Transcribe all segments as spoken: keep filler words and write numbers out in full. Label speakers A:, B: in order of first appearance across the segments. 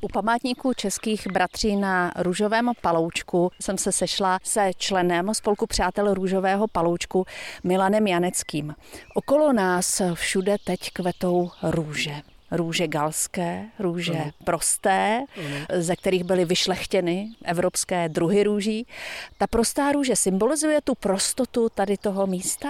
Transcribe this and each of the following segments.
A: U památníku českých bratří na Růžovém paloučku jsem se sešla se členem Spolku přátel Růžového paloučku Milanem Janeckým. Okolo nás všude teď kvetou růže. Růže galské, růže ano. prosté, ano. ze kterých byly vyšlechtěny evropské druhy růží. Ta prostá růže symbolizuje tu prostotu tady toho místa?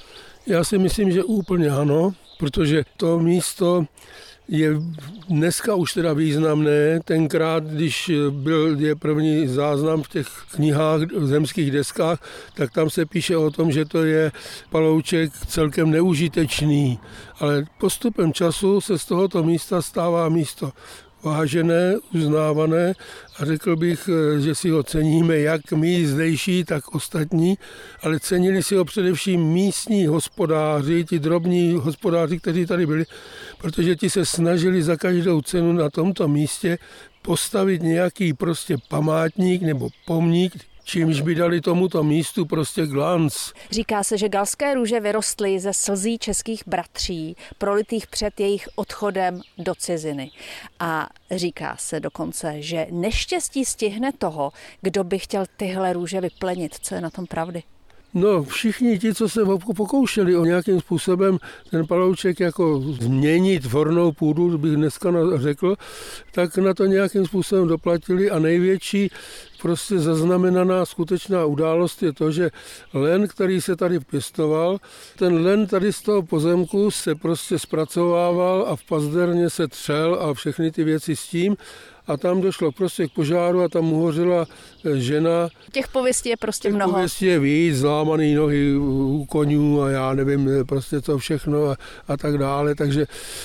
B: Já si myslím, že úplně ano, protože to místo je dneska už teda významné. Tenkrát, když byl je první záznam v těch knihách, v zemských deskách, tak tam se píše o tom, že to je palouček celkem neužitečný. Ale postupem času se z tohoto místa stává místo vážené, uznávané a řekl bych, že si ho ceníme jak my zdejší, tak ostatní, ale cenili si ho především místní hospodáři, ti drobní hospodáři, kteří tady byli, protože ti se snažili za každou cenu na tomto místě postavit nějaký prostě památník nebo pomník, čímž by dali tomuto místu prostě glanc.
A: Říká se, že galské růže vyrostly ze slzí českých bratří, prolitých před jejich odchodem do ciziny. A říká se dokonce, že neštěstí stihne toho, kdo by chtěl tyhle růže vyplenit. Co je na tom pravdy?
B: No, všichni ti, co se pokoušeli o nějakým způsobem ten palouček jako změnit v hornou půdu, bych dneska řekl, tak na to nějakým způsobem doplatili a největší prostě zaznamenaná skutečná událost je to, že len, který se tady pěstoval, ten len tady z toho pozemku se prostě zpracovával a v pazderně se třel a všechny ty věci s tím. A tam došlo prostě k požáru a tam uhořela žena.
A: Těch pověstí je prostě
B: Těch
A: mnoho.
B: pověstí je víc, zlámaný nohy u konňů a já nevím, prostě co všechno a, a tak dále. Takže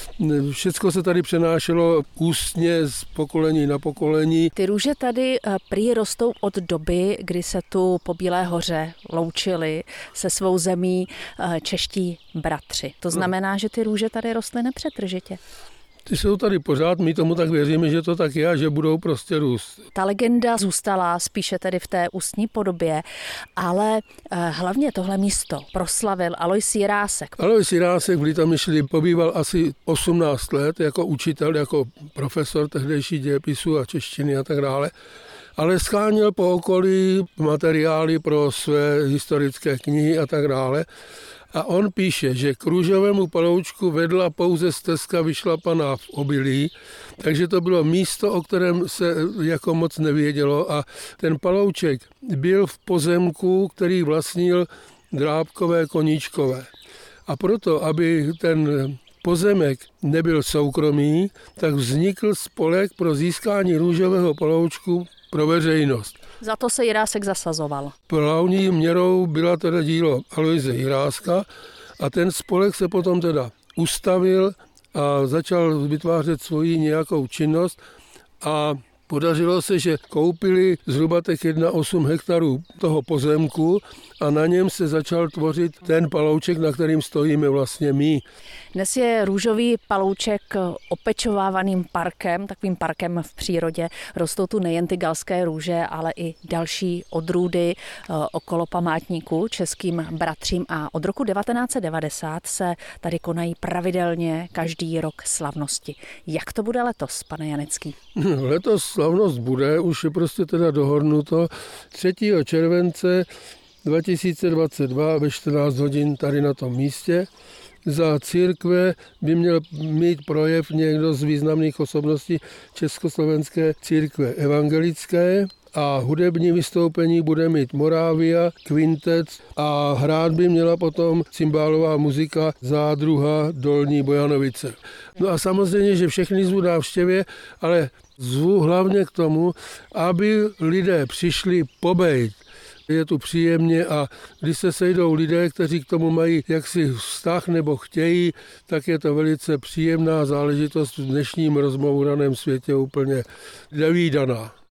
B: všecko se tady přenášelo ústně z pokolení na pokolení.
A: Ty růže tady prý rostou od doby, kdy se tu po Bílé hoře loučili se svou zemí čeští bratři. To znamená, že ty růže tady rostly nepřetržitě.
B: Ty jsou tady pořád, my tomu tak věříme, že to tak je a že budou prostě růst.
A: Ta legenda zůstala spíše tedy v té ústní podobě, ale eh, hlavně tohle místo proslavil Alois Jirásek.
B: Alois Jirásek v Litomyšli pobýval asi osmnáct let jako učitel, jako profesor tehdejší dějepisu a češtiny a tak dále. Ale sháněl po okolí materiály pro své historické knihy a tak dále. A on píše, že k Růžovému paloučku vedla pouze stezka vyšlapaná v obilí, takže to bylo místo, o kterém se jako moc nevědělo a ten palouček byl v pozemku, který vlastnil Drábkové Koníčkové. A proto, aby ten pozemek nebyl soukromý, tak vznikl spolek pro získání Růžového paloučku pro veřejnost.
A: Za to se Jirásek zasazoval.
B: Hlavní měrou byla teda dílo Aloise Jiráska a ten spolek se potom teda ustavil a začal vytvářet svoji nějakou činnost a podařilo se, že koupili zhruba těch jedna celá osm hektarů toho pozemku a na něm se začal tvořit ten palouček, na kterým stojíme vlastně my.
A: Dnes je Růžový palouček opečovávaným parkem, takovým parkem v přírodě. Rostou tu nejen ty galské růže, ale i další odrůdy okolo památníku českým bratřím a od roku devatenáct set devadesát se tady konají pravidelně každý rok slavnosti. Jak to bude letos, pane Janecký?
B: Letos slavnost bude, už je prostě teda dohodnuto třetího července dva tisíce dvacet dva ve čtrnáct hodin tady na tom místě. Za církve by měl mít projev někdo z významných osobností Československé církve evangelické a hudební vystoupení bude mít Moravia, kvintet a hrát by měla potom cymbálová muzika Zádruha Dolní Bojanovice. No a samozřejmě, že všechny zvu návštěvě, ale zvu hlavně k tomu, aby lidé přišli pobejt. Je tu příjemně a když se sejdou lidé, kteří k tomu mají jaksi vztah nebo chtějí, tak je to velice příjemná záležitost v dnešním rozmouraném světě úplně nevídaná.